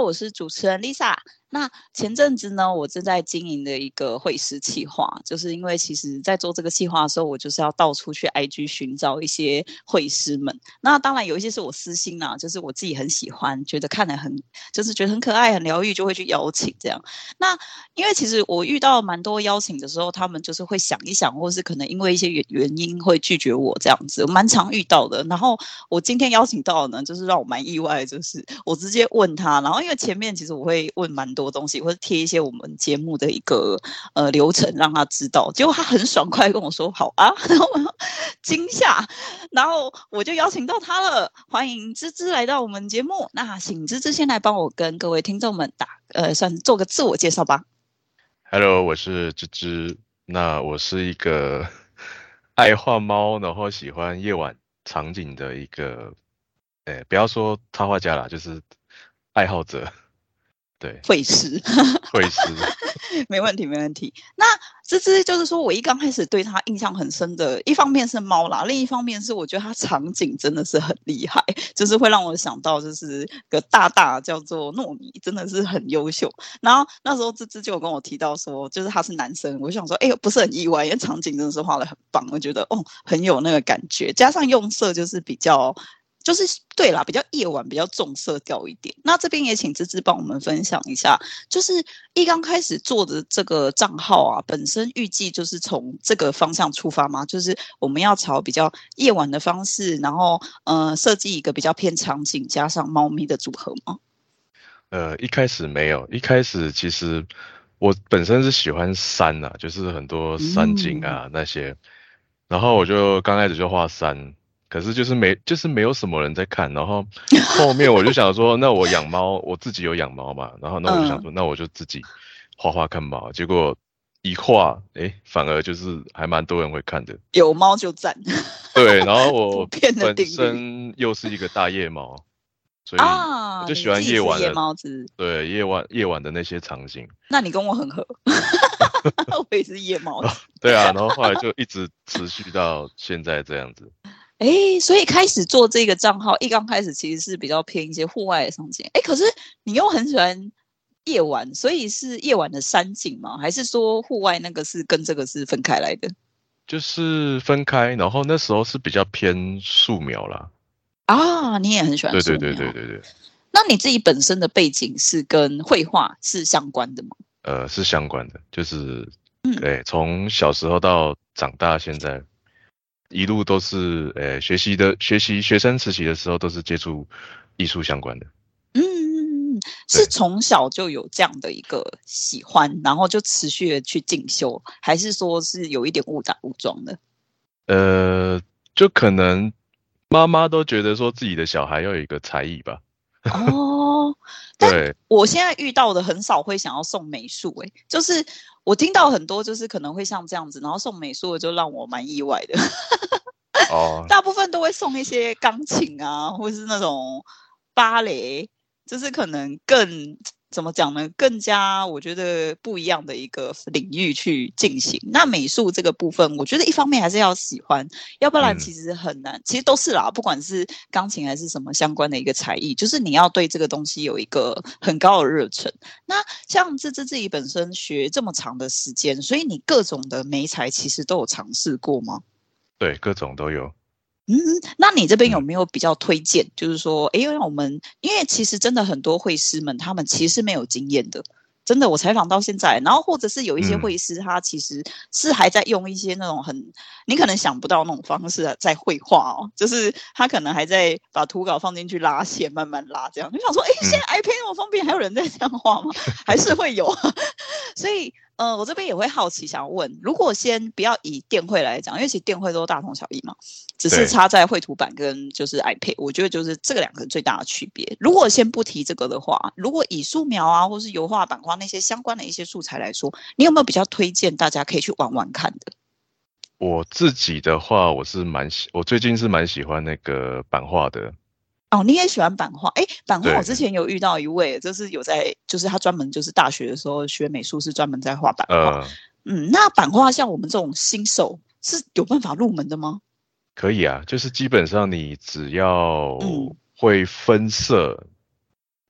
我是主持人 Lisa。那前阵子呢，我正在经营的一个绘师企划，就是因为其实在做这个企划的时候，我就是要到处去 IG 寻找一些绘师们。那当然有一些是我私心啦，就是我自己很喜欢，觉得看得很，就是觉得很可爱、很疗愈，就会去邀请这样。那因为其实我遇到蛮多邀请的时候，他们就是会想一想，或是可能因为一些原因会拒绝我这样子，我蛮常遇到的。然后我今天邀请到的呢，就是让我蛮意外的，就是我直接问他，然后因为前面其实我会问蛮多东西，或者贴一些我们节目的一个流程让他知道，结果他很爽快跟我说好啊，然后我惊吓，然后我就邀请到他了，欢迎芝芝来到我们节目。那请芝芝先来帮我跟各位听众们算做个自我介绍吧。 Hello，我是芝芝。那我是一个爱画猫，然后喜欢夜晚场景的一个，不要说插画家啦，就是爱好者。对， 会师。 绘师。 没问题，没问题。那芝芝就是说我一刚开始对他印象很深的，一方面是猫啦，另一方面是我觉得他场景真的是很厉害，就是会让我想到就是个大大叫做糯米，真的是很优秀。然后那时候芝芝就有跟我提到说，就是他是男生，我就想说，哎呦，不是很意外，因为场景真的是画得很棒，我觉得很有那个感觉，加上用色就是比较。就是对啦，比较夜晚，比较重色调一点。那这边也请芝芝帮我们分享一下，就是一刚开始做的这个账号啊，本身预计就是从这个方向出发吗？就是我们要朝比较夜晚的方式，然后设计一个比较偏场景加上猫咪的组合吗？ 一开始没有，一开始其实我本身是喜欢山啊，就是很多山景嗯。 啊那些，然后我就刚开始就画山，可是就是没有什么人在看，然后后面我就想说，那我养猫，我自己有养猫嘛，然后那我就想嗯， 说，那我就自己画画看猫，结果一画，反而就是还蛮多人会看的。 有猫就赞。 对，然后普我遍的本定律身又是一个大夜猫，所以我啊！ 就喜欢你自己是夜夜晚的， 猫子， 对，夜晚的那些场景。 那你跟我很合。我也是夜猫子。 对啊，然后后来就一直持续到现在这样子。 所以开始做这个账号，一刚开始其实是比较偏一些户外的场景。可是你又很喜欢夜晚，所以是夜晚的山景吗？还是说户外那个是跟这个是分开来的就是分开，然后那时候是比较偏素描啦。 啊？你也很喜欢对对对对素描， 对对。 那你自己本身的背景是跟绘画是相关的吗？ 是相关的，就是嗯从小时候到长大，现在一路都是学生时期的时候都是接触艺术相关的。 嗯，是对。 从小就有这样的一个喜欢，然后就持续的去进修，还是说是有一点误打误撞的？ 呃，就可能妈妈都觉得说自己的小孩要有一个才艺吧。 哦，但对。 我现在遇到的很少会想要送美术，就是我听到很多就是可能会像这样子，然后送美术的就让我蛮意外的。 哦。 大部分都会送一些钢琴啊，或是那种芭蕾，就是可能更怎么讲呢？更加我觉得不一样的一个领域去进行。那美术这个部分，我觉得一方面还是要喜欢，要不然嗯。 其实很难。其实都是啦，不管是钢琴还是什么相关的一个才艺，就是你要对这个东西有一个很高的热忱。那像芝芝自己本身学这么长的时间，所以你各种的媒材其实都有尝试过吗？ 对，各种都有。 嗯，那你这边有嗯。 没有比较推荐？就是说，因为其实真的很多会师们，他们其实没有经验的，真的，我采访到现在，然后或者是有一些嗯。 会师，他其实是还在用一些那种你可能想不到那种方式在绘画哦，就是他可能还在把图稿放进去拉线，慢慢拉这样。就想说，现嗯。 在 iPad 那么方便，还有人在这样画吗？还是会有。所以我这边也会好奇，想要问，如果先不要以电绘来讲，因为其实电绘都大同小异嘛，只是对。 差在绘图板跟就是 iPad，我觉得就是这个两个最大的区别。如果先不提这个的话，如果以素描啊，或是油画、版画那些相关的一些素材来说，你有没有比较推荐大家可以去玩玩看的？ 我自己的话，我最近是蛮喜欢那个版画的。 哦，你也喜欢版画？版画我之对。 前有遇到一位，就是就是他专门就是大学的时候学美术，是专门在画版画。 呃， 那版画像我们这种新手是有办法入门的吗？ 可以啊，就是基本上你只要嗯会分色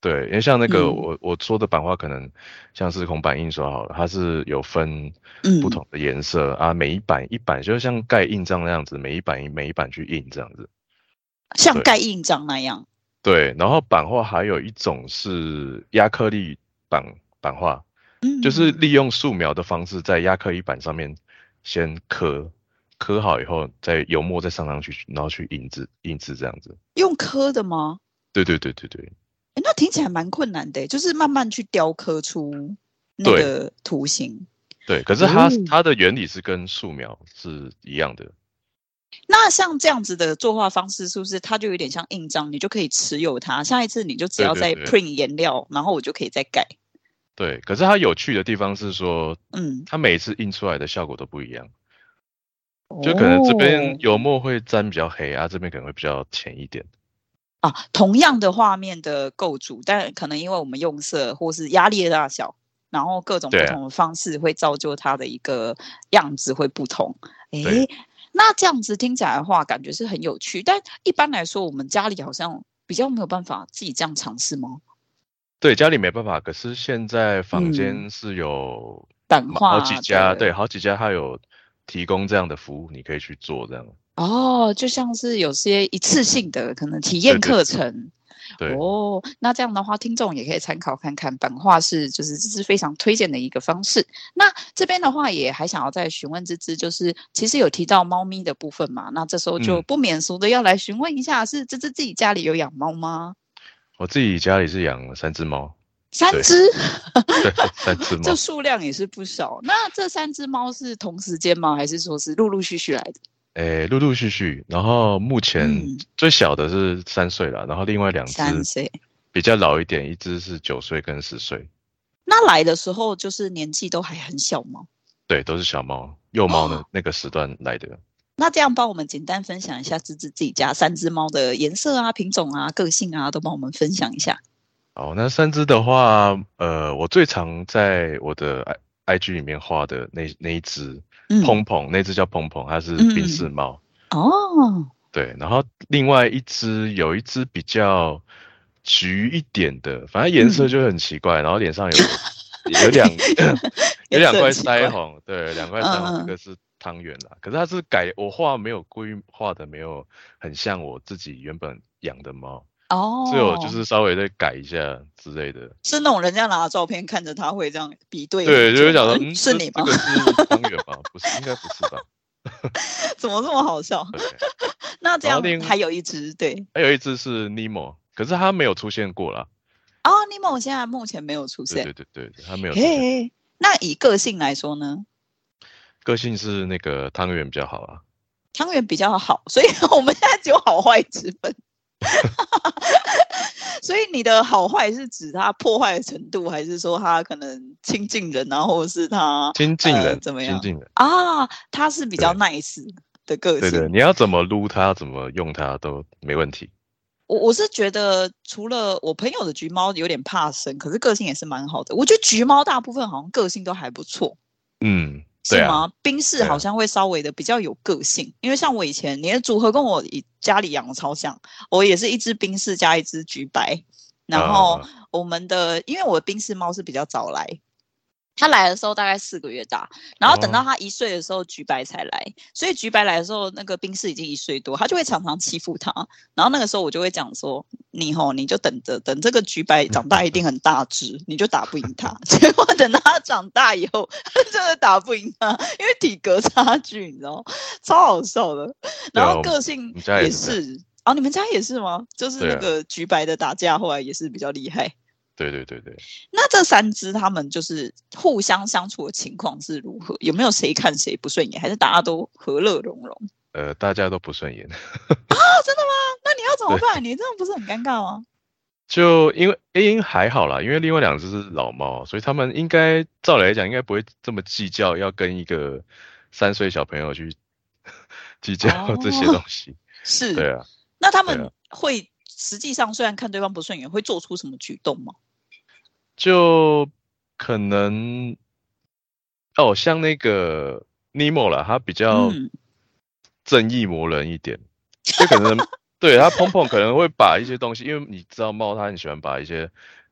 对，因为像那个嗯我说的版画，可能像是孔版印刷好了，它是有分不嗯， 同的颜色啊，每一版就像盖印章那样子，每一版去印这样子。对像盖印章那样。 对，然后版画还有一种是亚克力版画，就是嗯， 利用素描的方式在亚克力板上面先刻好以后，再油墨再上去，然后去印制这样子。 用刻的吗？ 对对对对对那听起来蛮困难的，就是慢慢去雕刻出那对个图形。 对，可是它哦， 它的原理是跟素描是一样的。 那像这样子的作画方式，是不是它就有点像印章，你就可以持有它，下一次你就只要再对对对 print 颜料，然后我就可以再改。 对，可是它有趣的地方是说， 嗯， 它每一次印出来的效果都不一样，就可能这边哦， 油墨会沾比较黑啊，这边可能会比较浅一点。 啊，同样的画面的构筑，但可能因为我们用色或是压力的大小，然后各种不对啊， 同的方式会造就它的一个样子会不同。 对诶，那这样子听起来的话，感觉是很有趣。但一般来说，我们家里好像比较没有办法自己这样尝试吗？ 对，家里没办法，可是现在坊嗯， 间是有版好几家， 画的对，好几家它有提供这样的服务，你可以去做这样。 哦，就像是有些一次性的可能体验对对课程。 对， 哦，那这样的话，听众也可以参考看看，版画是就是这是非常推荐的一个方式。那这边的话，也还想要再询问芝芝，就是其实有提到猫咪的部分嘛，那这时候就嗯， 不免俗的要来询问一下，是芝芝自己家里有养猫吗？ 我自己家里是养了3只猫，对三只， 对，三只这猫。 数量也是不少。那这三只猫是同时间吗？还是说是陆陆续续来的？ 诶，陆陆续续，然后目前嗯， 最小的是3岁了，然后另外2只 3岁。 比较老一点，一只是9岁跟10岁， 那来的时候就是年纪都还很小吗？ 对，都是小猫，幼猫呢哦， 那个时段来的。 那这样帮我们简单分享一下自己家三只猫的颜色啊、品种啊、个性啊，都帮我们分享一下。 好，那3只的话，我最常在我的 IG 里面画的那一只嗯蓬蓬，那只叫蓬蓬，它是宾嗯， 士猫。 哦， 对，然后另外有一只比较橘一点的，反正颜色嗯， 就很奇怪，然后脸上有两有颜色很两块奇怪。 腮红，对，两块腮红，那嗯嗯， 个是汤圆啦。可是它是我没有故意画的，没有很像我自己原本养的猫，所以我就哦， 是稍微再改一下之类的。 是那种人家拿着照片看着他会这样比对对， 很久吗？ 就是想说， 嗯，是你吗？ 这个是汤圆吗？不是，应该不是吧怎么这么好笑？ ？OK， 那这然后样还有一只，对。 还有一只是尼莫，可是它没有出现过啦。 哦，尼莫现在目前没有出对现。 对对对，它没有出现。 嘿，那以个性来说呢？ 个性是那个汤圆比较好啊。 汤圆比较好，所以我们现在只有好坏之分。所以你的好坏是指它破坏的程度，还是说它可能亲近人啊，或者是它亲近人， 怎么样亲近人。 啊？它是比较对 nice 的个对对， 性。 你要怎么撸它，怎么用它都没问题。 我是觉得，除了我朋友的橘猫有点怕生，可是个性也是蛮好的。我觉得橘猫大部分好像个性都还不错。 嗯，对啊， 是吗？宾士对啊， 好像会稍微的比较有个性，因为像我以前你的组合跟我家里养的超像，我也是一只宾士加一只橘白，然后呃， 我们的因为我的宾士猫是比较早来，它来的时候大概4个月大，然后等到哦， 它1岁的时候，橘白才来。所以橘白来的时候，那个宾士已经1岁多，他就会常常欺负它。然后那个时候我就会讲说：你就等着，等这个橘白长大一定很大只，你就打不赢它。结果等到它长大以后，真的打不赢它，因为体格差距，你知道吗？超好笑的。然后对啊，我们个性我们家也也是这样。 是。哦，你们家也是吗？就是对啊， 那个橘白的打架，后来也是比较厉害。 对对对对， 那这三只他们就是互相相处的情况是如何？有没有谁看谁不顺眼，还是大家都和乐融融？ 大家都不顺眼。 啊，真的吗？那你要怎么对， 办？你这样不是很尴尬吗？ 就因为还好啦，因为另外2只是老猫，所以他们应该照理来讲应该不会这么计较，要跟一个3岁小朋友去计较这些哦， 东西。 是。 对啊， 那他对啊， 们会实际上虽然看对方不顺眼，会做出什么举动吗？ 就可能哦，像那个尼莫啦，他比较嗯， 正义魔人一点，就可能对他碰碰可能会把一些东西，因为你知道猫它很喜欢把一些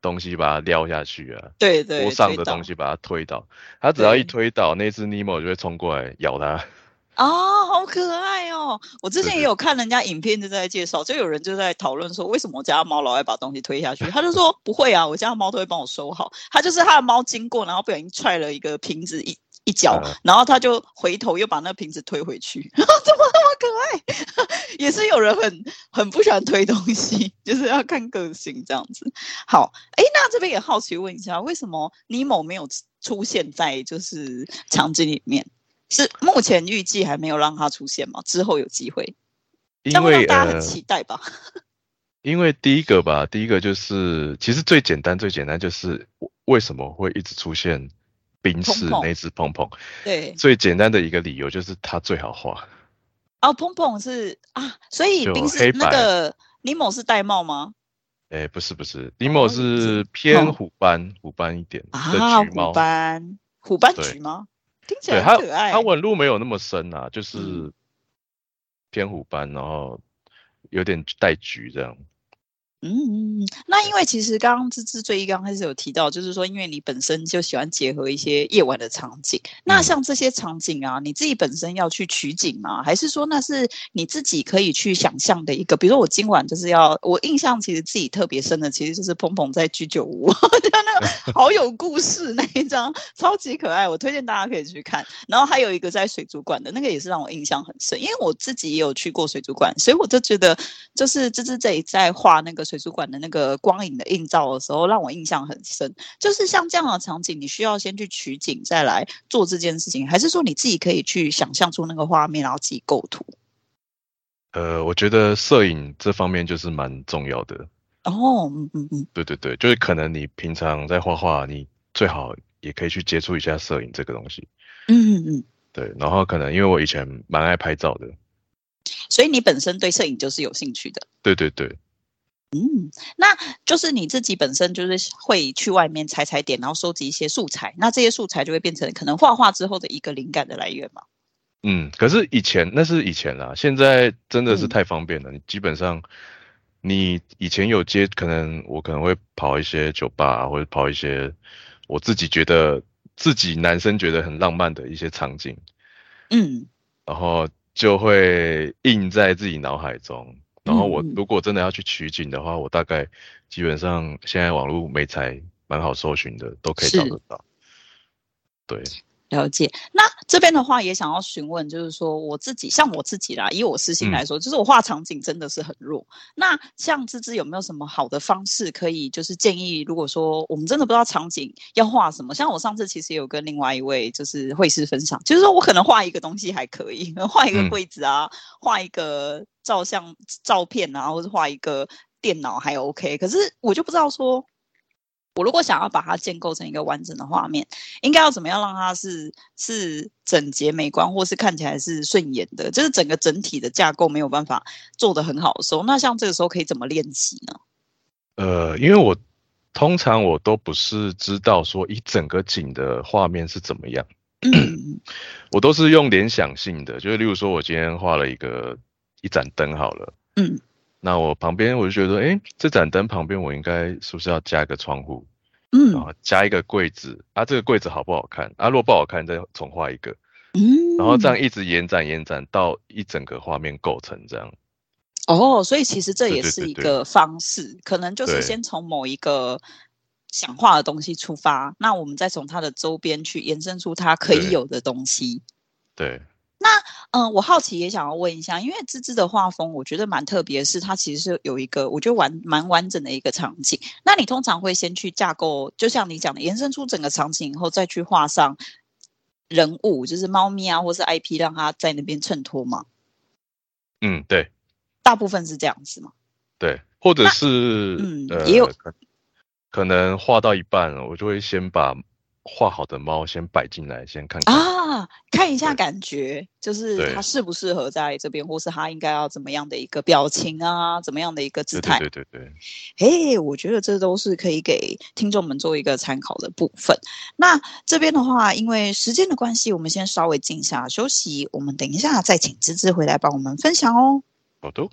东西把它撩下去啊， 对对， 桌上的推倒。 东西把它推倒，它只要一对。 推倒，那只尼莫就会冲过来咬它。 哦，好可爱哦！我之前也对对有看人家影片就在介绍，就有人就在讨论说，为什么我家的猫老爱把东西推下去？他就说不会啊，我家的猫都会帮我收好。他就是他的猫经过，然后不小心踹了一个瓶子一脚，然后他就回头又把那瓶子推回去，怎么那么可爱？也是有人很不喜欢推东西，就是要看个性这样子。好，哎，那这边也好奇问一下，为什么尼莫没有出现在就是场景里面？是目前预计还没有让它出现吗？之后有机会，这样会让大家很期待吧？ 因为第一个就是其实最简单就是为什么会一直出现冰碰碰， 室那只碰碰， 对， 最简单的一个理由就是它最好画， 哦，碰碰是啊，所以就冰是那黑白。 个尼莫是玳瑁吗？ 不是，Nemo 哦，也不是， 是偏虎斑一点的啊，虎橘猫。 斑，虎斑对橘吗？听起来对， 很它可爱。 它纹路没有那么深啊，就嗯。 是偏虎斑，然后有点带橘这样。 那因为其实刚刚芝芝最一刚开始有提到，就是说，因为你本身就喜欢结合一些夜晚的场景，那嗯。 像这些场景啊，你自己本身要去取景吗？还是说那是你自己可以去想象的一个？比如说我今晚就是要，我印象其实自己特别深的，其实就是鹏鹏在居酒屋，就那个好有故事那一张，超级可爱，我推荐大家可以去看。然后还有一个在水族馆的那个也是让我印象很深，因为我自己也有去过水族馆，所以我就觉得就是芝芝这里在画那个水族馆的那个光影的映照的时候，让我印象很深。就是像这样的场景，你需要先去取景再来做这件事情，还是说你自己可以去想象出那个画面，然后自己构图？ 我觉得摄影这方面就是蛮重要的。 哦， 对对对，就是可能你平常在画画，你最好也可以去接触一下摄影这个东西。 嗯， 对，然后可能因为我以前蛮爱拍照的。 所以你本身对摄影就是有兴趣的。 对对对。 那就是你自己本身就是会去外面踩点，然后收集一些素材，那这些素材就会变成可能画画之后的一个灵感的来源嘛？ 可是那是以前啦，现在真的是嗯太方便了。你基本上，你以前可能我可能会跑一些酒吧啊，或者跑一些我自己觉得自己男生觉得很浪漫的一些场景， 嗯然后就会印在自己脑海中。然后我嗯， 如果真的要去取景的话，我大概基本上现在网络媒材蛮好搜寻的，都可以找是。 得到。对。 了解。那这边的话也想要询问，就是说像我自己啦，以我私心嗯。 来说，就是我画场景真的是很弱。那像芝芝有没有什么好的方式可以就是建议？如果说我们真的不知道场景要画什么，像我上次其实有跟另外一位就是绘师分享，就是说我可能画一个东西还可以，画一个嗯。 柜子啊，画一个照片啊，或者画一个电脑还 OK。可是我就不知道说，我如果想要把它建构成一个完整的画面，应该要怎么样让它是整洁美观，或是看起来是顺眼的，就是整个整体的架构没有办法做得很好的时候，那像这个时候可以怎么练习呢？ 因为通常我都不是知道说一整个景的画面是怎么样， 嗯我都是用联想性的，就是例如说我今天画了一盏灯好了， 嗯那我旁边我就觉得，这盏灯旁边我应该是不是要加个窗户，然嗯后加一个柜子啊，这个柜子好不好看啊？如果不好看，再重画一个，然后这嗯， 样一直延展到一整个画面构成这样。 哦，所以其实这对也对对对是一个方式，可能就是对先从某一个想画的东西出发，那我们再从它的周边去延伸出它可以对有的东西。 对。 我好奇也想要问一下，因为芝芝的画风，我觉得蛮特别，是它其实是有一个我觉得蛮完整的一个场景。那你通常会先去架构，就像你讲的，延伸出整个场景以后，再去画上人物，就是猫咪啊，或是 IP，让它在那边衬托吗？ 对大部分是这样子吗？ 对，或者那是也有可能画到一半，我就会先把画好的猫先摆进来，先看看。 啊，看一下对感觉，就是它对适不适合在这边，或是它应该要怎么样的一个表情啊，怎么样的一个姿对对态。 对对对。 嘿，我觉得这都是可以给听众们做一个参考的部分。那这边的话，因为时间的关系，我们先稍微静下休息，我们等一下再请芝芝回来帮我们分享哦。 好的。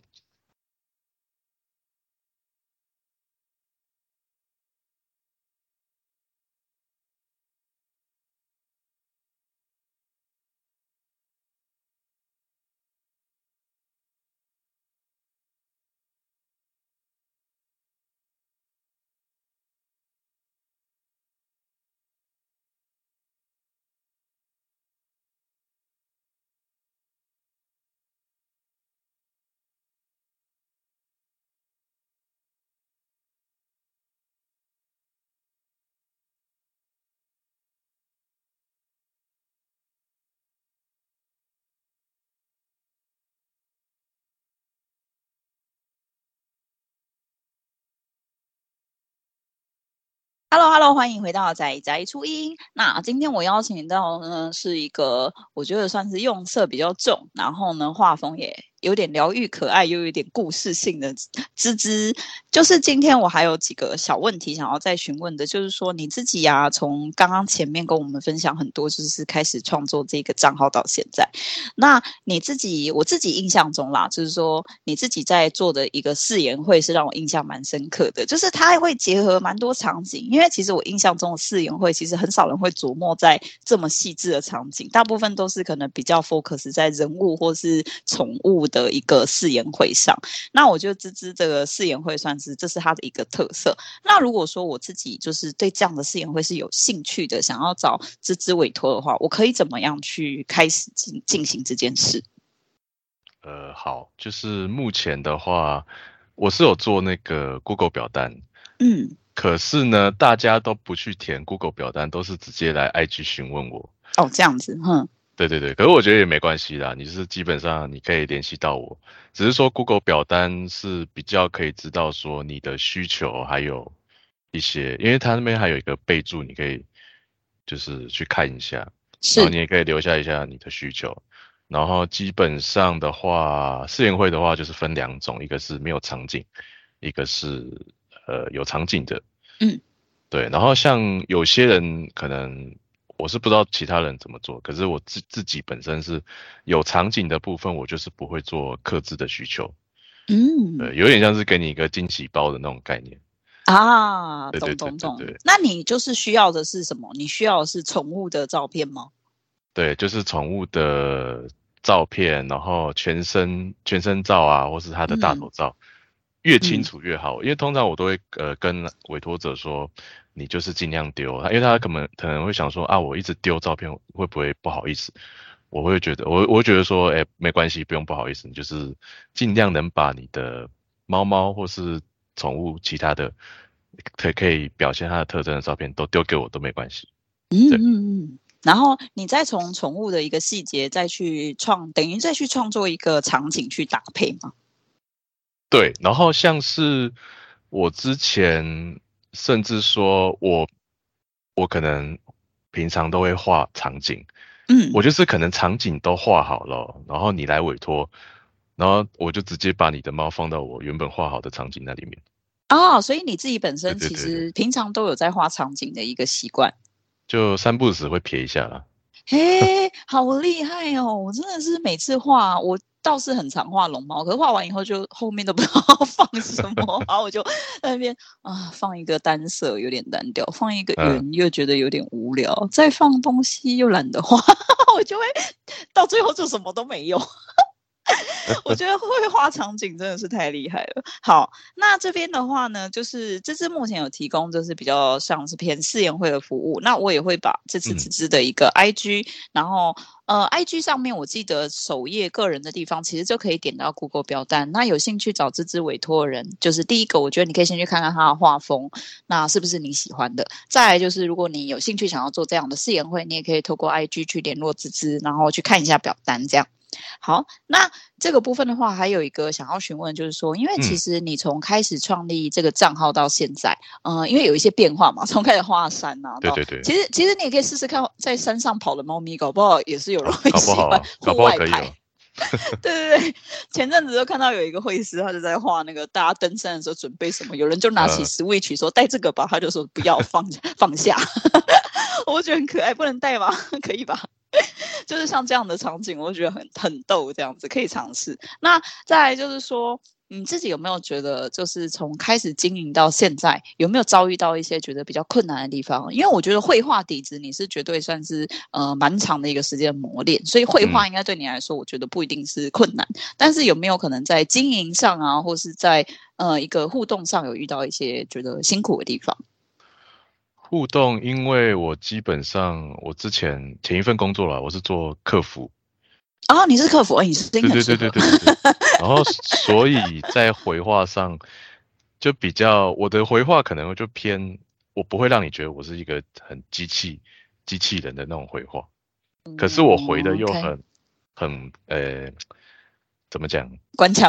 Hello，欢迎回到宅宅初音。那今天我邀请到呢是一个我觉得算是用色比较重，然后呢画风也有点疗愈可爱，又有点故事性的芝芝。就是今天我还有几个小问题想要再询问的，就是说你自己啊，从刚刚前面跟我们分享很多，就是开始创作这个账号到现在，那你自己，我自己印象中啦，就是说你自己在做的一个誓言会是让我印象蛮深刻的，就是它还会结合蛮多场景，因为其实我印象中的誓言会，其实很少人会琢磨在这么细致的场景，大部分都是可能比较 focus 在人物或是宠物的一个誓言会上。那我觉得芝芝这个誓言会算是这是它的一个特色。那如果说我自己就是对这样的誓言会是有兴趣的，想要找芝芝委托的话，我可以怎么样去开始进行这件事？ 好，就是目前的话，我是有做那个 Google 表单， 嗯， 可是呢，大家都不去填 Google 表单，都是直接来 IG 询问我。 哦，这样子，哼， 对对对，可是我觉得也没关系啦，你就是基本上你可以联系到我，只是说 Google 表单是比较可以知道说你的需求，还有一些，因为它那边还有一个备注，你可以就是去看一下，然后是， 你也可以留下一下你的需求，然后基本上的话，试验会的话就是分两种，一个是没有场景，一个是有场景的。 嗯对，然后像有些人可能我是不知道其他人怎么做，可是我自己本身是有场景的部分，我就是不会做客制的需求， 嗯， 有点像是给你一个惊喜包的那种概念。 啊， 对对懂懂懂。 对对对那你就是需要的是什么？你需要的是宠物的照片吗？ 对，就是宠物的照片，然后全身照啊，或是它的大头嗯照，越清嗯楚越好。因为通常我都会跟委托者说，你就是尽量丢，因为他可能会想说啊，我一直丢照片会不会不好意思？我会觉得说，哎，没关系，不用不好意思，你就是尽量能把你的猫猫或是宠物其他的可以表现它的特征的照片都丢给我都没关系。 嗯对。 嗯嗯。然后你再从宠物的一个细节再去创，等于再去创作一个场景去搭配嘛？ 对，然后像是我之前甚至说我可能平常都会画场景， 嗯。 我就是可能场景都画好了，然后你来委托，然后我就直接把你的猫放到我原本画好的场景那里面。 哦，所以你自己本对身其对对对， 实平常都有在画场景的一个习惯。 就三不五时会瞥一下啦。 嘿，好厉害哦！我真的是每次画，我倒是很常画龙猫，可是画完以后就后面都不知道放什么，然后我就在那边啊放一个单色有点单调，放一个圆嗯， 又觉得有点无聊，再放东西又懒得画，我就会到最后就什么都没有。我觉得绘画场景真的是太厉害了。好，那这边的话呢，就是这次目前有提供，就是比较像是偏试验会的服务。那我也会把这次嗯芝芝的一个 IG，然后IG 上面我记得首页个人的地方，其实就可以点到 Google 表单。那有兴趣找芝芝委托的人，就是第一个，我觉得你可以先去看看他的画风，那是不是你喜欢的？再来就是，如果你有兴趣想要做这样的试验会，你也可以透过 IG 去联络芝芝，然后去看一下表单这样。好，那这个部分的话，还有一个想要询问，就是说，因为其嗯， 实你从开始创立这个账号到现在，因为有一些变化嘛，从开始画山啊，到对对对， 其实你也可以试试看，在山上跑的猫咪，搞不好也是有人啊， 会搞不喜欢好啊，搞户外拍。 不好可以哦。 对对对，前阵子就看到有一个绘师，他就在画那个大家登山的时候准备什么，有人就拿起呃， Switch 说带这个吧，他就说不要放下，我觉得很可爱，不能带吗？可以吧？就是像这样的场景，我觉得很逗，这样子可以尝试。那再来就是说，你自己有没有觉得，就是从开始经营到现在，有没有遭遇到一些觉得比较困难的地方？因为我觉得绘画底子你是绝对算是蛮长的一个时间磨练，所以绘画嗯。 应该对你来说，我觉得不一定是困难。但是有没有可能在经营上啊，或是在一个互动上有遇到一些觉得辛苦的地方？ 互动，因为我基本上我前一份工作啦，我是做客服， 哦，你是客服，你声音对对对很适合。 对对对对，然后所以在回话上就比较，我的回话可能就偏，我不会让你觉得我是一个很机器人的那种回话，可是我回的嗯，OK， 又很怎么讲， 官腔。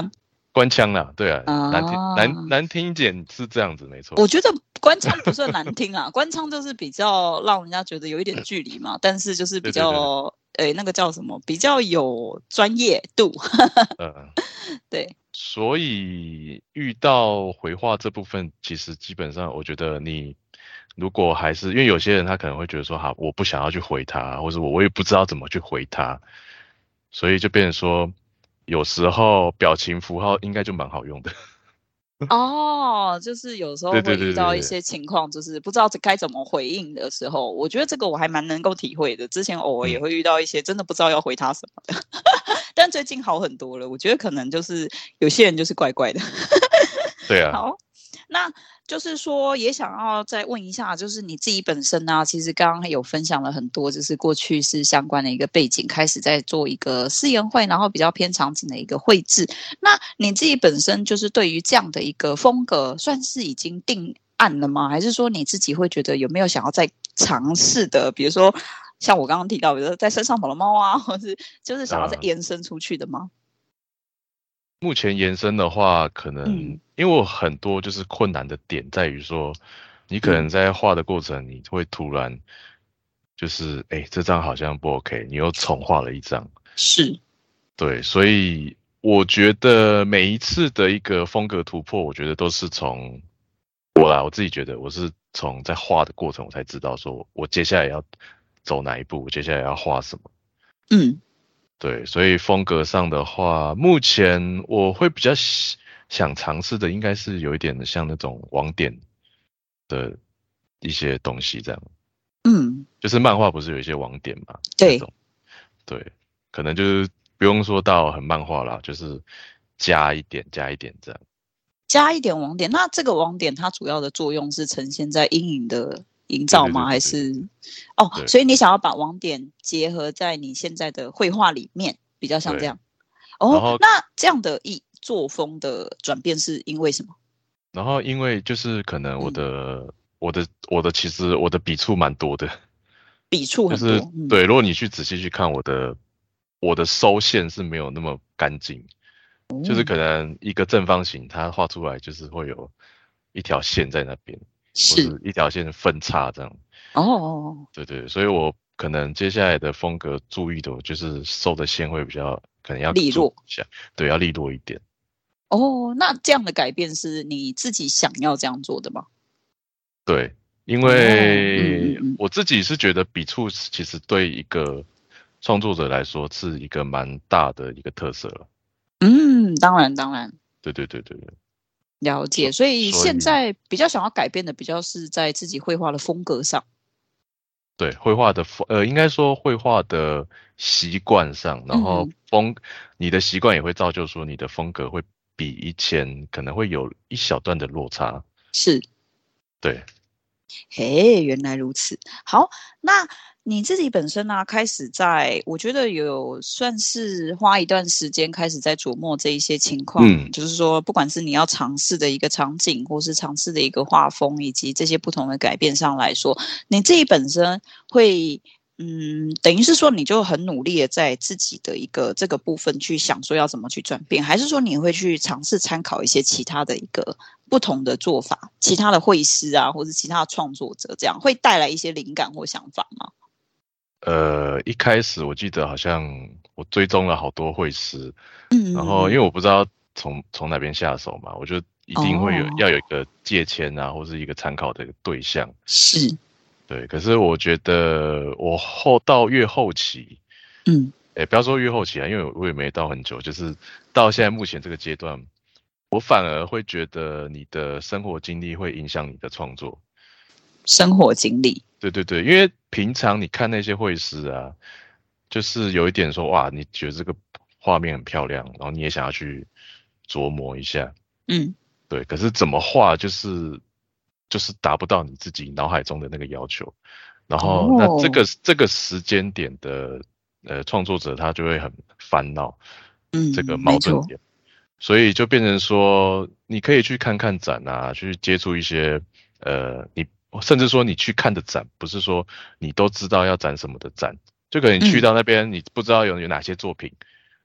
官腔啦，对啊，难听啊。 难听一点是这样子，没错。 我觉得官腔不算难听啊，官腔就是比较让人家觉得有一点距离嘛，但是就是比对对对对， 较，那个叫什么，比较有专业度。 呃， 对。 所以遇到回话这部分，其实基本上我觉得你如果还是因为有些人他可能会觉得说，好，我不想要去回他，或者我也不知道怎么去回他，所以就变成说，有时候表情符号应该就蛮好用的。 哦，就是有时候对对会遇对对对， 到一些情况，就是不知道该怎么回应的时候，我觉得这个我还蛮能够体会的。之前偶尔也嗯， 会遇到一些真的不知道要回他什么的，但最近好很多了。我觉得可能就是有些人就是怪怪的。 对啊， 好，那就是说，也想要再问一下，就是你自己本身呢、其实刚刚有分享了很多，就是过去是相关的一个背景，开始在做一个私研会，然后比较偏场景的一个绘制。那你自己本身就是对于这样的一个风格，算是已经定案了吗？还是说你自己会觉得有没有想要再尝试的？比如说像我刚刚提到，比如说在山上跑的猫啊，或是就是想要再呃， 延伸出去的吗？ 目前延伸的话，可能嗯因为我很多就是困难的点在于说，你可能嗯， 在画的过程，你会突然就是这张好像不 OK，你又重画了一张。 是。 对，所以我觉得每一次的一个风格突破，我觉得都是从我自己觉得我是从在画的过程，我才知道说我接下来要走哪一步，我接下来要画什么。 嗯。 对，所以风格上的话，目前我会比较想尝试的，应该是有一点像那种网点的一些东西，这样。 嗯。 就是漫画不是有一些网点嘛，那对。 种。对，可能就是不用说到很漫画啦，就是加一点这样。 加一点网点，那这个网点它主要的作用是呈现在阴影的营对对对造吗？还对对对是哦？ 对所以你想要把网点结合在你现在的绘画里面，比较像这对， 样哦？ 然后那这样的作风的转变是因为什么？ 因为就是可能嗯， 我的其实我的笔触蛮多的， 笔触就是很多。嗯。 对，如果你去仔细去看我的收线是没有那么干净，就是哦。 可能一个正方形它画出来就是会有一条线在那边，或是。 是一条线分叉这样。 哦。 对对，所以我可能接下来的风格注意的就是收的线会比较可能要利落。 注意一下，对，要利落一点。 哦，那这样的改变是你自己想要这样做的吗？ 对，因哦。嗯为嗯嗯。 我自己是觉得笔触其实对一个创作者来说是一个蛮大的一个特色了。 嗯，当然当然。 对对对对对， 了解， 所所以所以现在比较想要改变的，比较是在自己绘画的风格上。 对绘画的应该说绘画的习惯上，然后嗯。 你的习惯也会造就说你的风格会比以前可能会有一小段的落差。 是。 对， 嘿，原来如此。好，那你自己本身呢、开始我觉得有算是花一段时间开始在琢磨这一些情况， 嗯。 就是说，不管是你要尝试的一个场景，或是尝试的一个画风，以及这些不同的改变上来说，你自己本身会。等于是说，你就很努力的在自己的一个这个部分去想说要怎么去转变，还是说你会去尝试参考一些其他的一个不同的做法，其他的绘师啊，或是其他的创作者，这样会带来一些灵感或想法吗？ 一开始我记得好像我追踪了好多绘师， 嗯然后因为嗯嗯。 我不知道从哪边下手嘛，我就一定会哦。 要有一个借鉴啊，或是一个参考的一个对象。 是。 对，可是我觉得我到越后期， 嗯。 不要说越后期啊，因为我也没到很久，就是到现在目前这个阶段，我反而会觉得你的生活经历会影响你的创作。 生活经历。 对对对，因为平常你看那些绘师啊，就是有一点说哇，你觉得这个画面很漂亮，然后你也想要去琢磨一下， 嗯。 对，可是怎么画就是达不到你自己脑海中的那个要求，然后那这哦。 个这个时间点的创作者他就会很烦恼这个嗯，没错。 矛盾点，所以就变成说你可以去看看展啊，去接触一些你甚至说你去看的展，不是说你都知道要展什么的展，就可能你去嗯。 到那边你不知道有哪些作品，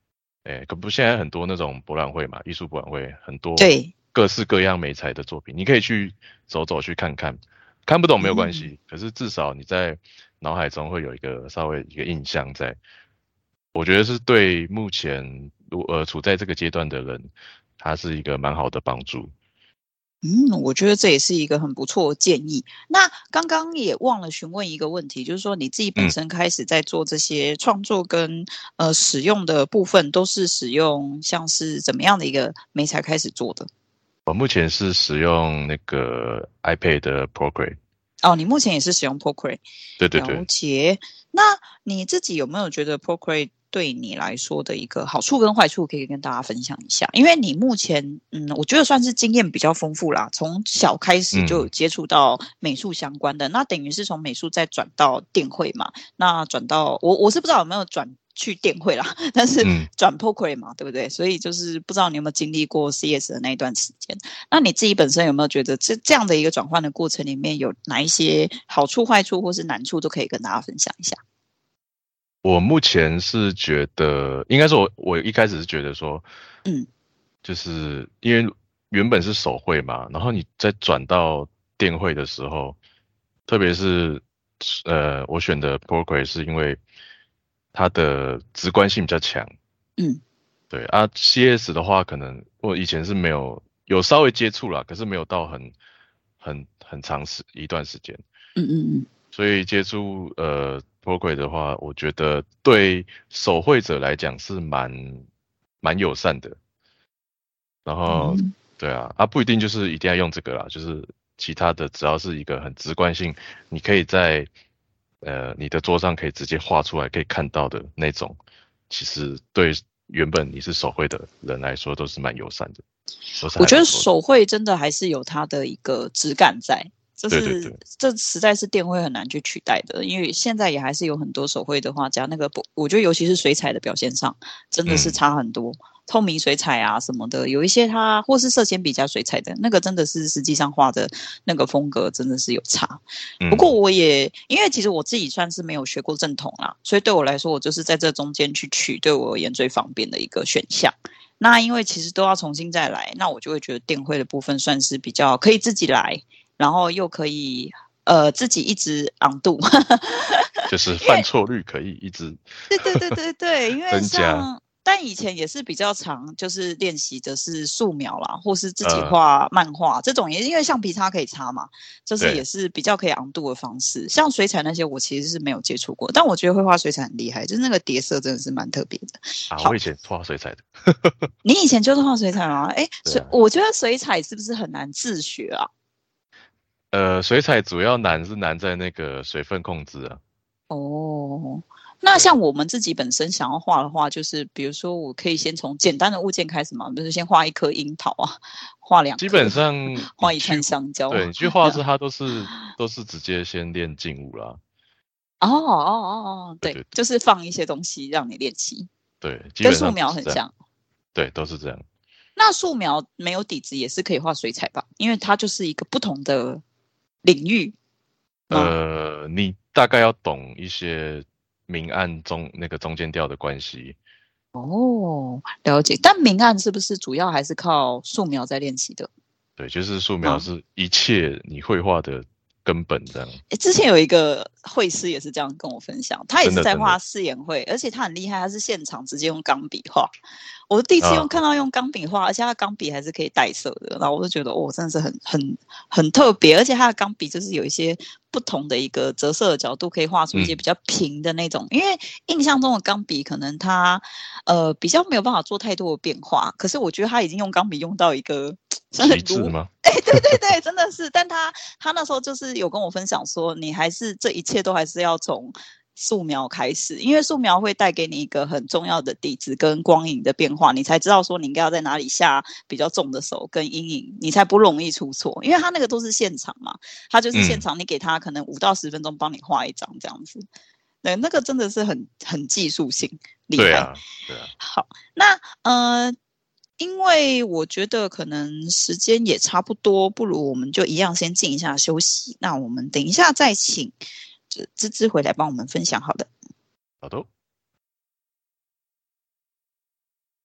可不现在很多那种博览会嘛，艺术博览会很多对， 各式各样媒材的作品，你可以去走走去看看，看不懂没有关嗯。 系，可是至少你在脑海中会有一个稍微一个印象在。我觉得是对目前处在这个阶段的人，它是一个蛮好的帮助。 我觉得这也是一个很不错的建议。那刚刚也忘了询问一个问题，就是说你自己本嗯， 身开始在做这些创作跟使用的部分，都是使用像是怎么样的一个媒材开始做的？ 我目前是使用那个 iPad 的 Procreate。 哦，你目前也是使用 Procreate，了对对对。 解。那你自己有没有觉得 Procreate 对你来说的一个好处跟坏处，可以跟大家分享一下？因为你目前，我觉得算是经验比较丰富啦，从小开始就有嗯， 接触到美术相关的，那等于是从美术再转到电绘嘛。那转到我是不知道有没有转去电绘啦，但是嗯， 转 Procreate 嘛，对不对？所以就是不知道你有没有经历过 CS 的那一段时间。那你自己本身有没有觉得这样的一个转换的过程里面有哪一些好处、坏处或是难处都可以跟大家分享一下？ 我目前是觉得，应该说我一开始是觉得说， 嗯就是因为原本是手绘嘛，然后你再转到电绘的时候，特别是我选的 Procreate 是因为它的直观性比较强。 嗯对啊，CS 的话，可能我以前是有稍微接触啦，可是没有到很长一段时间。 嗯嗯所以接触Procreate 的话，我觉得对手绘者来讲是蛮友善的。然后嗯对啊，不一定就是一定要用这个啦，就是其他的只要是一个很直观性，你可以在你的桌上可以直接画出来可以看到的那种，其实对原本你是手绘的人来说都是蛮友善的，都是我觉得还不错的。 手绘真的还是有它的一个质感在，就是对对对。 这实在是电绘很难去取代的，因为现在也还是有很多手绘的画家，那个不，我觉得尤其是水彩的表现上，真的是嗯差很多。透明水彩啊什么的，有一些它或是色铅笔加水彩的那个，真的是实际上画的那个风格真的是有差。不过嗯， 我也因为其实我自己算是没有学过正统啦，所以对我来说，我就是在这中间去取对我而言最方便的一个选项。那因为其实都要重新再来，那我就会觉得电绘的部分算是比较可以自己来，然后又可以自己一直昂度， 就是因为犯错率可以一直对对对对对，因为增加。 但以前也是比较常就是练习的是素描啦，或是自己呃， 画漫画这种，也因为橡皮擦可以擦嘛，就是也对是比较可以昂度的方式。像水彩那些，我其实是没有接触过，但我觉得绘画水彩很厉害，就是那个叠色真的是蛮特别的。 我好， 以前画水彩的。 你以前就是画水彩吗？哎， 对啊。 我觉得水彩是不是很难自学啊？ 水彩主要难在那个水分控制啊。 哦，那对， 像我们自己本身想要画的话，就是比如说，我可以先从简单的物件开始嘛，比如先画一颗樱桃啊，画两颗， 基本上画一串香蕉。 对，你去画室，它都是直接先练静物啦。 哦哦哦哦，对， 对对对就是放一些东西让你练习， 对，基跟素本上都是这样。 描很像。 对，都是这样。 那素描没有底子也是可以画水彩吧？因为它就是一个不同的领域嘛。 你大概要懂一些明暗那个中间调的关系。 哦，了解。但明暗是不是主要还是靠素描在练习的对，就是素描吗？ 是一切你绘画的根本，这样。 之前有一个绘师也是这样跟我分享，他也是在画真的真的。 四眼绘，而且他很厉害，他是现场直接用钢笔画。我第一次啊， 看到用钢笔画，而且他钢笔还是可以带色的，然后我就觉得真的是很特别，而且他的钢笔就是有一些不同的一个折射的角度，可以画出一些嗯比较平的那种。因为印象中的钢笔可能它比较没有办法做太多的变化，可是我觉得他已经用钢笔用到一个算是如旗帜吗？ 哎，对对对，真的是。但他那时候就是有跟我分享说，你还是这一切都还是要从素描开始，因为素描会带给你一个很重要的底子跟光影的变化，你才知道说你应该要在哪里下比较重的手跟阴影，你才不容易出错。因为他那个都是现场嘛，他就是现嗯， 场，你给他可能5到10分钟帮你画一张这样子。对，那个真的是很技术性厉害。 对啊，对啊。 好，那因为我觉得可能时间也差不多，不如我们就一样先静一下休息。那我们等一下再请芝芝回来帮我们分享好了。 好的。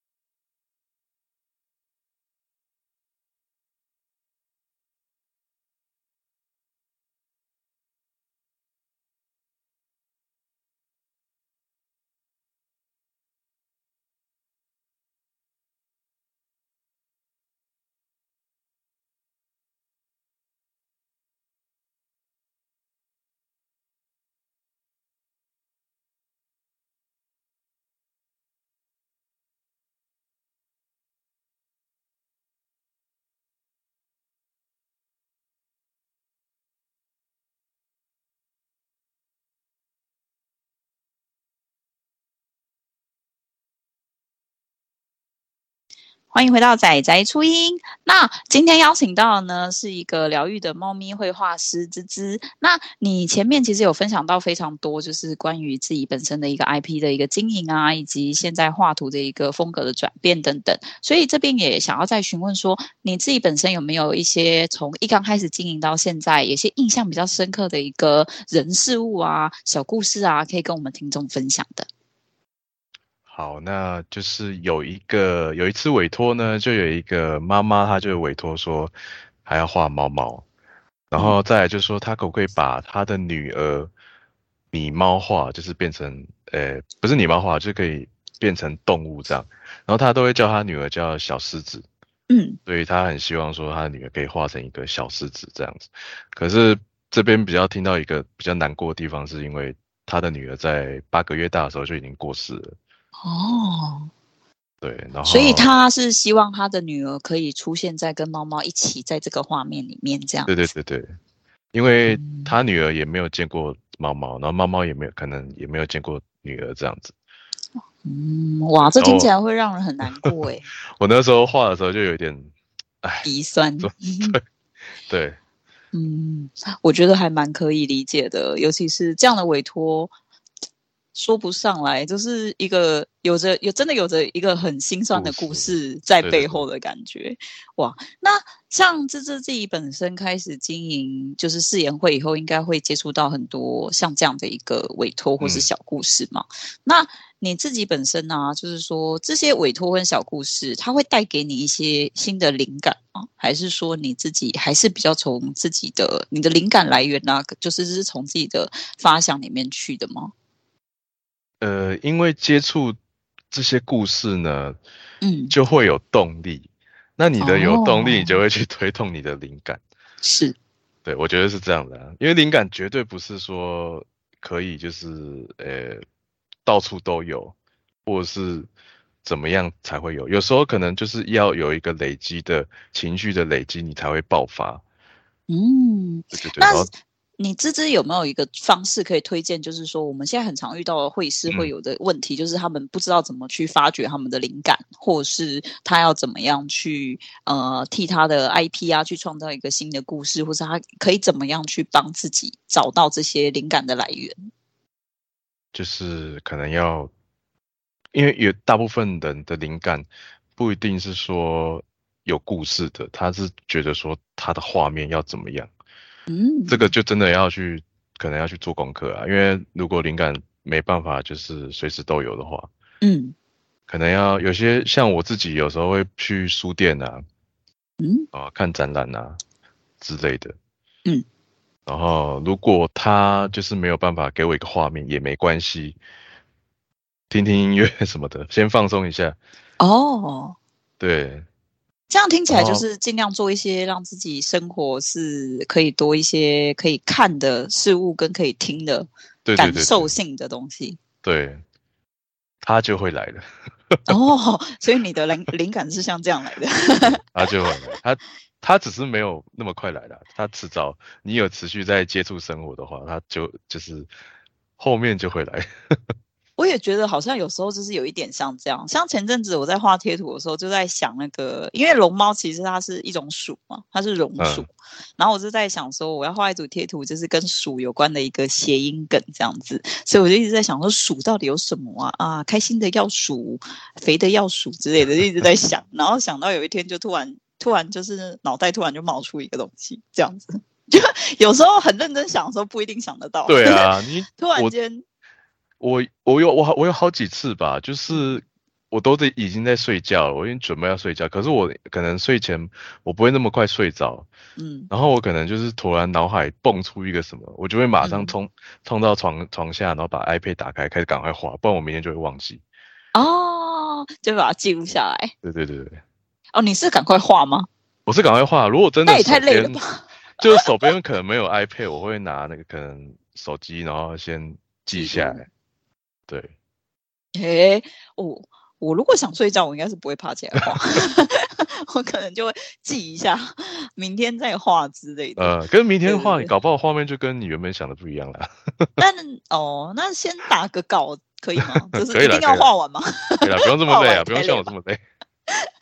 欢迎回到仔仔初音。那今天邀请到的呢是一个疗愈的猫咪绘画师芝芝。那你前面其实有分享到非常多，就是关于自己本身的一个 IP 的一个经营啊，以及现在画图的一个风格的转变等等。所以这边也想要再询问说，你自己本身有没有一些从一刚开始经营到现在，有些印象比较深刻的一个人事物啊、小故事啊，可以跟我们听众分享的？ 好，那就是有一次委托呢，就有一个妈妈，她就委托说还要画猫猫，然后再来就说她可不可以把她的女儿拟猫化，就是变成不是拟猫化，就可以变成动物这样，然后她都会叫她女儿叫小狮子， 嗯。 所以她很希望说她的女儿可以画成一个小狮子这样子。可是这边比较听到一个比较难过的地方，是因为她的女儿在8个月大的时候就已经过世了。 哦， 对，然所以后他是希望他的女儿可以出现在跟猫猫一起在这个画面里面这样对对子。 对对，因为嗯他女儿也没有见过猫猫，然后猫猫也没有可能也没有见过女儿这样子。 哇，这然后听起来会让人很难过诶， 我那时候画的时候就有点，哎， 鼻酸。 说对对， 嗯，我觉得还蛮可以理解的，尤其是这样的委托，说不上来，就是一个真的有着一个很心酸的故故事， 事在对对对， 背后的感觉。哇，那像芝芝自己本身开始经营就是誓言会以后，应该会接触到很多像这样的一个委托或是嗯。 小故事嘛？那你自己本身呢、就是说这些委托跟小故事，它会带给你一些新的灵感吗？还是说你自己还是比较从自己的你的灵感来源啊，就是从自己的发想里面去的吗？ 因为接触这些故事呢， 嗯， 就会有动力。那你的有动力，你就哦， 会去推动你的灵感。 是， 对，我觉得是这样的啊，因为灵感绝对不是说可以就是到处都有，或者是怎么样才会有。有时候可能就是要有一个累积的情绪的累积，你才会爆发。 嗯， 对对对， 那然后你芝芝有没有一个方式可以推荐？就是说，我们现在很常遇到的会师会嗯， 有的问题，就是他们不知道怎么去发掘他们的灵感，或是他要怎么样去替他的 IP 啊去创造一个新的故事，或是他可以怎么样去帮自己找到这些灵感的来源？ 就是可能要，因为有大部分人的灵感不一定是说有故事的，他是觉得说他的画面要怎么样。这个嗯就真的可能要去做功课啊，因为如果灵感没办法就是随时都有的话， 嗯可能要有些像我自己有时候会去书店啊， 嗯看展览啊之类的， 嗯， 然后如果他就是没有办法给我一个画面也没关系，听听音乐什么的，先放松一下， 哦。 对， 这样听起来就然后是尽量做一些让自己生活是可以多一些可以看的事物跟可以听的对对感对对受性的东西。 对，他就会来了， 哦，所以你的灵感是像这样来的。 对，他就会来，他只是没有那么快来了，他迟早你有持续在接触生活的话，他就是后面就会来。 我也觉得好像有时候就是有一点像这样，像前阵子我在画贴图的时候，就在想那个，因为龙猫其实它是一种鼠嘛，它是榕鼠， 嗯， 然后我就在想说，我要画一组贴图，就是跟鼠有关的一个谐音梗这样子，所以我就一直在想说，鼠到底有什么啊？啊，开心的要数，肥的要数之类的，就一直在想，然后想到有一天就突然就是脑袋突然就冒出一个东西，这样子，就有时候很认真想的时候不一定想得到， 对啊， 突然我间， 我有好几次吧，就嗯是我都已经在睡觉了，我已经准备要睡觉，可是我可能睡前我不会那么快睡着， 嗯然后我可能就是突然脑海蹦出一个什么，我就会马上嗯。 冲到床下，然后把 iPad 打开，开始赶快画，不然我明天就会忘记。 哦，就把它记录下来。 对对对对， 哦，你是赶快画吗？ 我是赶快画，如果真的那也太手边累了吧？ 就是手边可能没有 iPad，我会拿那个可能手机，然后先记记录。 下来。对， 诶，我如果想睡觉，我应该是不会爬起来画，我可能就会记一下，明天再画之类的。 跟明天画， 对对对。 搞不好画面就跟你原本想的不一样了。 但那先打个稿可以吗？就是可以啦，可一定要以啦， 画完吗？ 可以啦，不用这么画累啊，不用完太累了吧？ 像我这么累。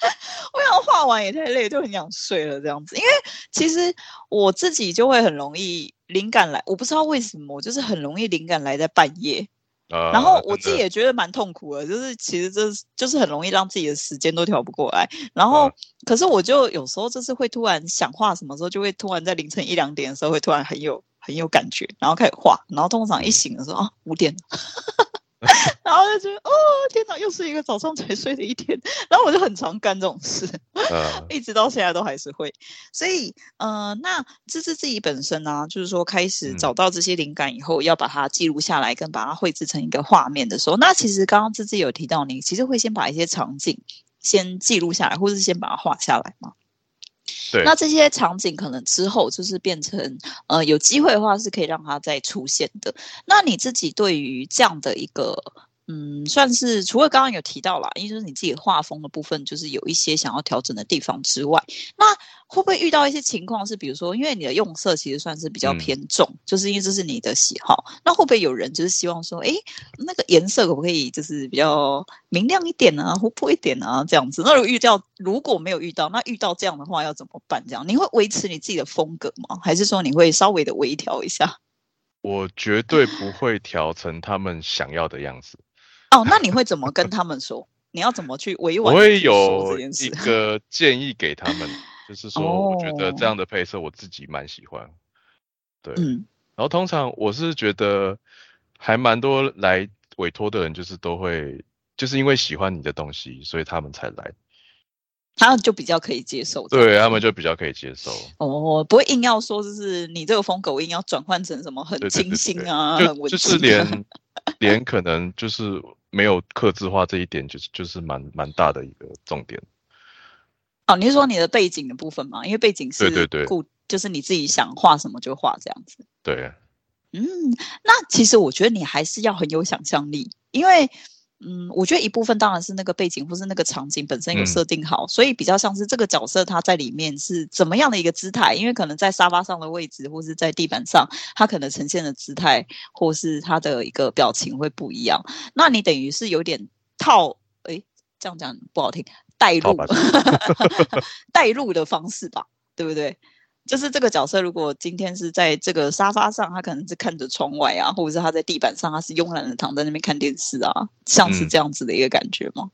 我想画完也太累，就很想睡了这样子。因为其实我自己就会很容易灵感来，我不知道为什么，我就是很容易灵感来在半夜。然后我自己也觉得蛮痛苦的，就是其实这就是很容易让自己的时间都调不过来。然后，可是我就有时候就是会突然想画什么时候，就会突然在凌晨1、2点的时候，会突然很有感觉，然后开始画。然后通常一醒的时候啊，5点了。然后就觉得哦天哪，又是一个早上才睡的一天，然后我就很常干这种事，一直到现在都还是会。所以那芝芝自己本身呢、就是说开始找到这些灵感以后，要把它记录下来，跟把它绘制成一个画面的时候，那其实刚刚芝芝有提到你其实会先把一些场景先记录下来，或是先把它画下来嘛？ 对， 那这些场景可能之后就是变成有机会的话是可以让它再出现的。那你自己对于这样的一个算是除了刚刚有提到啦，因为就是你自己画风的部分就是有一些想要调整的地方之外，那会不会遇到一些情况是比如说因为你的用色其实算是比较偏重，就是因为这是你的喜好，那会不会有人就是希望说那个颜色可不可以就是比较明亮一点啊，活泼一点啊这样子？那如果没有遇到，那遇到这样的话要怎么办？这样你会维持你自己的风格吗？还是说你会稍微的微调一下？ 我绝对不会调成他们想要的样子。 哦，那你会怎么跟他们说？你要怎么去委我会婉的去说这有件事？ 一个建议给他们，就是说，我觉得这样的配色我自己蛮喜欢。对，然后通常我是觉得还蛮多来委托的人，就是都会就是因为喜欢你的东西，所以他们才来。 他就比较可以接受这样子， 对，他们就比较可以接受。 不会硬要说就是你这个风格我硬要转换成什么很清新啊，很文就是青啊。 连可能就是没有客制化这一点，就是蛮大的一个重点。 哦，你是说你的背景的部分吗？因为背景是对， 就是你自己想画什么就画这样子。 对， 那其实我觉得你还是要很有想象力，因为我觉得一部分当然是那个背景或是那个场景本身有设定好，所以比较像是这个角色他在里面是怎么样的一个姿态，因为可能在沙发上的位置或是在地板上，他可能呈现的姿态或是他的一个表情会不一样。那你等于是有点这样讲不好听，带入带入的方式吧，对不对？就是这个角色，如果今天是在这个沙发上，他可能是看着窗外啊，或者是他在地板上，他是慵懒的躺在那边看电视啊，像是这样子的一个感觉吗？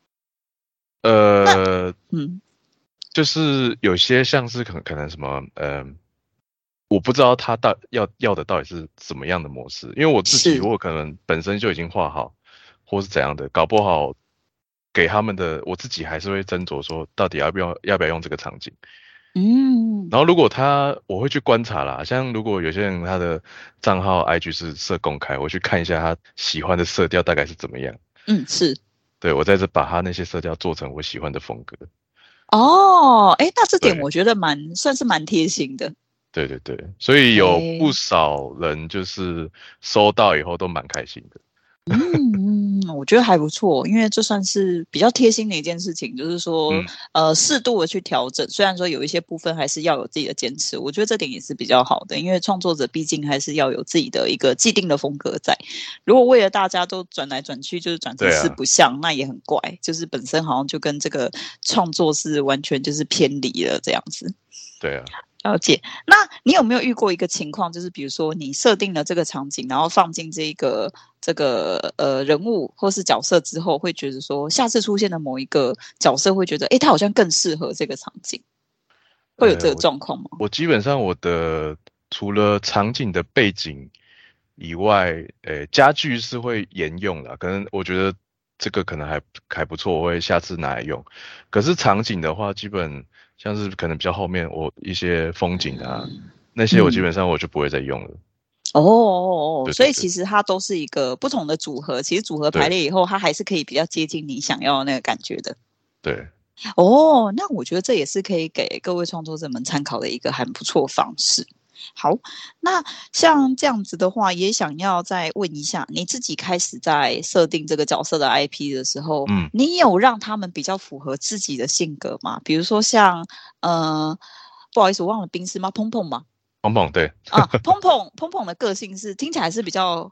就是有些像是可能什么我不知道他要的到底是怎么样的模式，因为我自己如果可能本身就已经画好，或是怎样的，搞不好给他们的，我自己还是会斟酌说到底要不要用这个场景。然后如果我会去观察啦，像如果有些人他的账号 IG 是设公开，我去看一下他喜欢的色调大概是怎么样。 是。 对，我在这把他那些色调做成我喜欢的风格。 那这点我觉得算是蛮贴心的。 对，所以有不少人就是收到以后都蛮开心的。 我觉得还不错，因为这算是比较贴心的一件事情，就是说，适度的去调整。虽然说有一些部分还是要有自己的坚持，我觉得这点也是比较好的，因为创作者毕竟还是要有自己的一个既定的风格在。如果为了大家都转来转去，就是转成四不像，那也很怪，就是本身好像就跟这个创作是完全就是偏离了这样子。 对啊。 了解。那你有没有遇过一个情况，就是比如说你设定了这个场景，然后放进这个人物或是角色之后，会觉得说下次出现的某一个角色会觉得，他好像更适合这个场景，会有这个状况吗？ 我基本上我的除了场景的背景以外，家具是会沿用的，可能我觉得这个可能还不错，我会下次拿来用。可是场景的话，基本像是可能比较后面我一些风景啊，那些我基本上我就不会再用了。 所以其实它都是一个不同的组合，其实组合排列以后，它还是可以比较接近你想要的那个感觉的。 对。 那我觉得这也是可以给各位创作者们参考的一个很不错方式。好，那像这样子的话，也想要再问一下，你自己开始在设定这个角色的 IP 的时候，你有让他们比较符合自己的性格吗？比如说像不好意思，我忘了冰丝吗？砰砰吗？ 砰砰，对啊，砰砰的个性是听起来是比较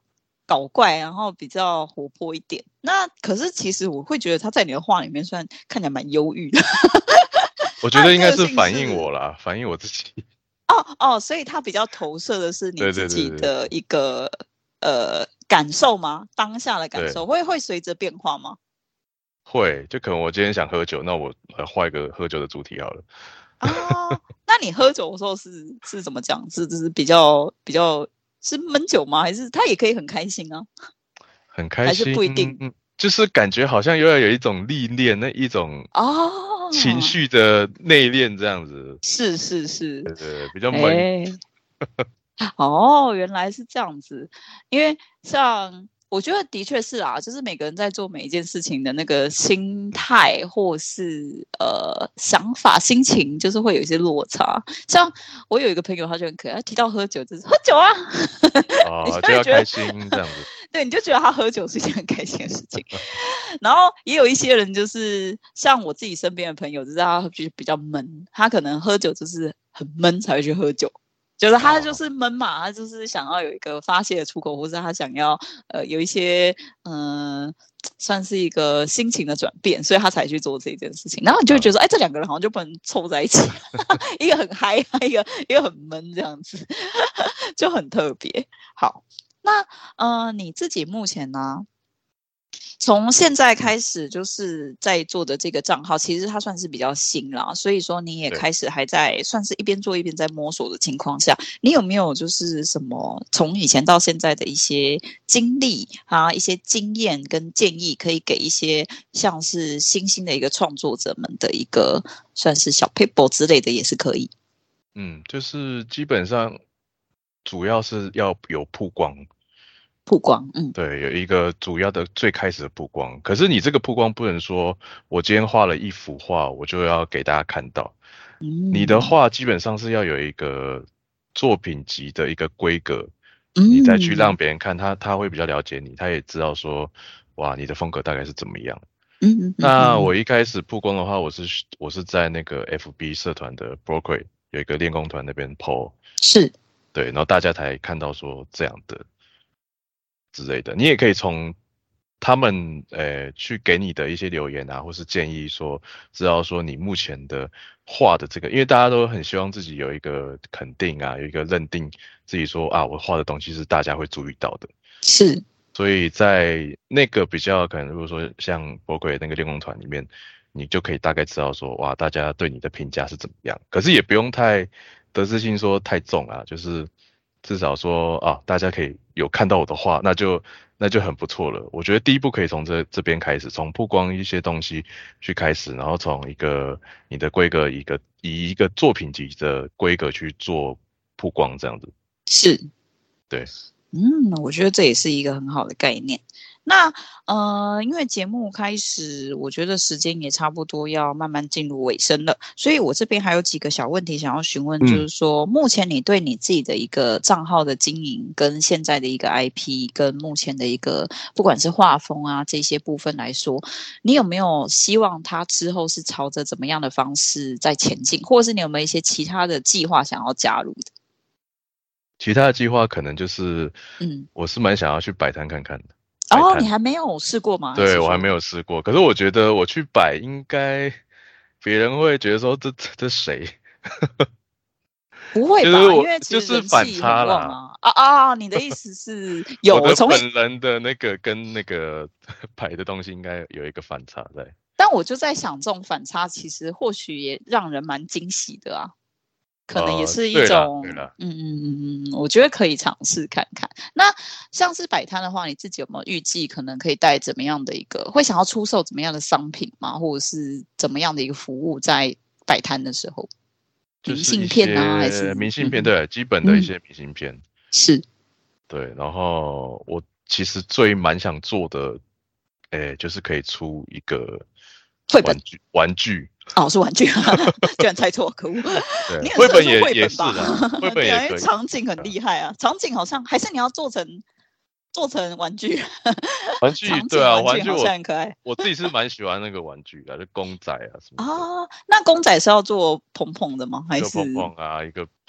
搞怪，然后比较活泼一点。那可是其实我会觉得他在你的画里面虽然看起来蛮忧郁的， 我觉他的得应该是个性反映是我啦，反映我自己。 所以他比较投射的是你对自对对对己的一个感受吗？当下的感对， 受会随着变化吗？ 会，就可能我今天想喝酒，那我画一个喝酒的主题好了。 啊，那你喝酒的时候是怎么讲？是比较是闷酒吗？还是他也可以很开心啊？ 很开还是心， 不一定？ 就是感觉好像又要有一种历练，那一种情哦， 绪的内敛这样子。 是是是， 比较闷。 哎，哦，原来是这样子。因为像我觉得的确是啊，就是每个人在做每一件事情的那个心态或是想法、心情，就是会有一些落差。像我有一个朋友，他就很可爱，他提到喝酒就是喝酒啊，你就会觉得， 就要开心这样子。 对，你就觉得他喝酒是一件很开心的事情。然后也有一些人就是像我自己身边的朋友，就是他就是比较闷，他可能喝酒就是很闷才会去喝酒。就是他就是闷嘛，他就是想要有一个发泄的出口，或是他想要有一些算是一个心情的转变，所以他才去做这件事情。然后你就会觉得说，哎，这两个人好像就不能凑在一起，一个很嗨，一个很闷，这样子就很特别。好，那你自己目前呢？从现在开始就是在做的这个账号，其实它算是比较新啦，所以说你也对， 开始还在算是一边做一边在摸索的情况下，你有没有就是什么从以前到现在的一些经历啊、一些经验跟建议，可以给一些像是新兴的一个创作者们的一个算是小 paper 之类的也是可以就是基本上主要是要有曝光。 曝光， 对，有一个主要的最开始的曝光。可是你这个曝光不能说我今天画了一幅画，我就要给大家看到。你的嗯画基本上是要有一个作品集的一个规格，你再去让嗯别人看他会比较了解你，他也知道说，哇，你的风格大概是怎么样。那我一开始曝光的话，我是在那个 FB 社团的 Broadway 有一个练功团那边 po。 是对，然后大家才看到说这样的之类的。你也可以从他们去给你的一些留言啊，或是建议说，知道说你目前的画的这个，因为大家都很希望自己有一个肯定啊，有一个认定自己说啊，我画的东西是大家会注意到的。 是所以在那个比较可能，如果说像魔鬼那个练功团里面，你就可以大概知道说，哇，大家对你的评价是怎么样。可是也不用太得失心说太重啊，就是至少说啊，大家可以有看到我的画，那就很不错了。我觉得第一步可以从这边开始，从曝光一些东西去开始，然后从一个你的规格以一个作品集的规格去做曝光，这样子。 是。 对。 我觉得这也是一个很好的概念。那因为节目开始，我觉得时间也差不多要慢慢进入尾声了，所以我这边还有几个小问题想要询问，就是说，目前你对你自己的一个账号的经营，跟现在的一个 IP，跟目前的一个不管是画风啊这些部分来说，你有没有希望它之后是朝着怎么样的方式在前进，或者是你有没有一些其他的计划想要加入的？ 其他的计划可能就是， 嗯， 我是蛮想要去摆摊看看的。摆你摊， 还没有试过吗？还是说？ 对，我还没有试过，可是我觉得我去摆应该别人会觉得说这谁？ 不会吧？因就是我为其实就是反人气很差啦。 旺啊！你的意思是我的有从， 本人的那个跟那个摆的东西应该有一个反差在。 但我就在想，这种反差其实或许也让人蛮惊喜的啊，可能也是一对啦， 种， 对啦。 我觉得可以尝试看看。那像是摆摊的话，你自己有没有预计可能可以带怎么样的一个，会想要出售怎么样的商品吗？或者是怎么样的一个服务在摆摊的时候？明信就是一片啊，还是些明信片，对，基本的一些明信片。 是对，然后我其实最蛮想做的，就是可以出一个绘本玩具。 是玩具，居然猜错，可恶！ 对， 你很绘本适合做绘也本吧？ 是啦，绘本对啊，因为也可以。 场景很厉害啊，场景好像还是你要做成玩具， 玩具， 场对啊， 景玩具好玩具像很可爱我自己是蛮喜欢那个玩具的，就公仔啊什么的。 那公仔是要做蓬蓬的吗？还一个是碰碰啊，一个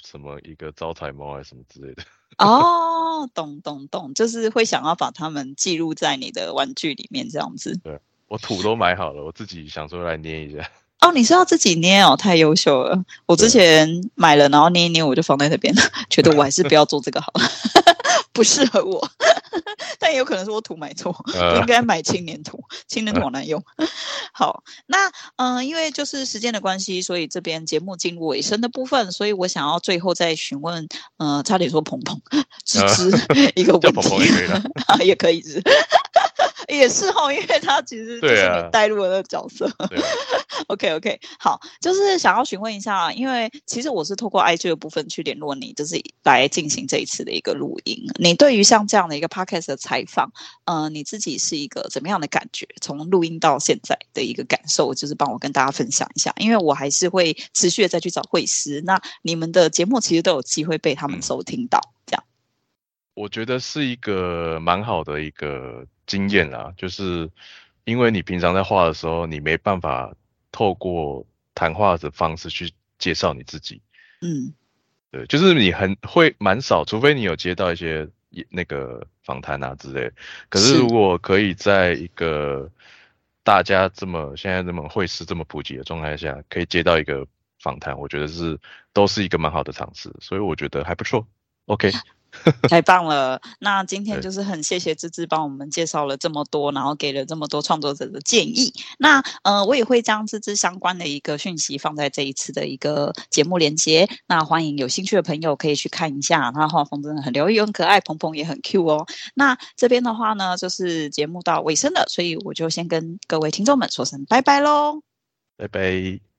什么一个招财猫还是什么之类的。 哦，懂懂懂，就是会想要把它们记录在你的玩具里面这样子。 对，我土都买好了，我自己想说来捏一下。 哦，你是要自己捏哦，太优秀了。我之前买了，然后捏一捏，我就放在那边，觉得我还是不要做这个好了，不适合我。但也有可能是我土买错，不应该买青年土，青年土好难用。好，那因为就是时间的关系，所以这边节目进入尾声的部分，所以我想要最后再询问，差点说鹏鹏芝芝一个问题， 叫鹏鹏也可以了， 也可以是。也是哦，因为他其实就是你带入的那个角色。 对啊。 OK， 好，就是想要询问一下，因为其实我是透过 IG 的部分去联络你，就是来进行这一次的一个录音。你对于像这样的一个 podcast 的采访，你自己是一个怎么样的感觉？从录音到现在的一个感受，就是帮我跟大家分享一下，因为我还是会持续的再去找会师。那你们的节目其实都有机会被他们收听到，这样。 我觉得是一个蛮好的一个经验啦，就是因为你平常在画的时候，你没办法透过谈话的方式去介绍你自己。对，就是你蛮少，除非你有接到一些那个访谈啊之类。可是如果可以在一个大家现在这么会师这么普及的状态下，可以接到一个访谈，我觉得都是一个蛮好的尝试，所以我觉得还不错。OK。 太棒了！那今天就是很谢谢芝芝帮我们介绍了这么多，然后给了这么多创作者的建议。那我也会将芝芝相关的一个讯息放在这一次的一个节目连结。那欢迎有兴趣的朋友可以去看一下，他画风真的很疗愈、很可爱，鹏鹏也很 Q 哦。那这边的话呢，就是节目到尾声了，所以我就先跟各位听众们说声拜拜喽， 拜拜。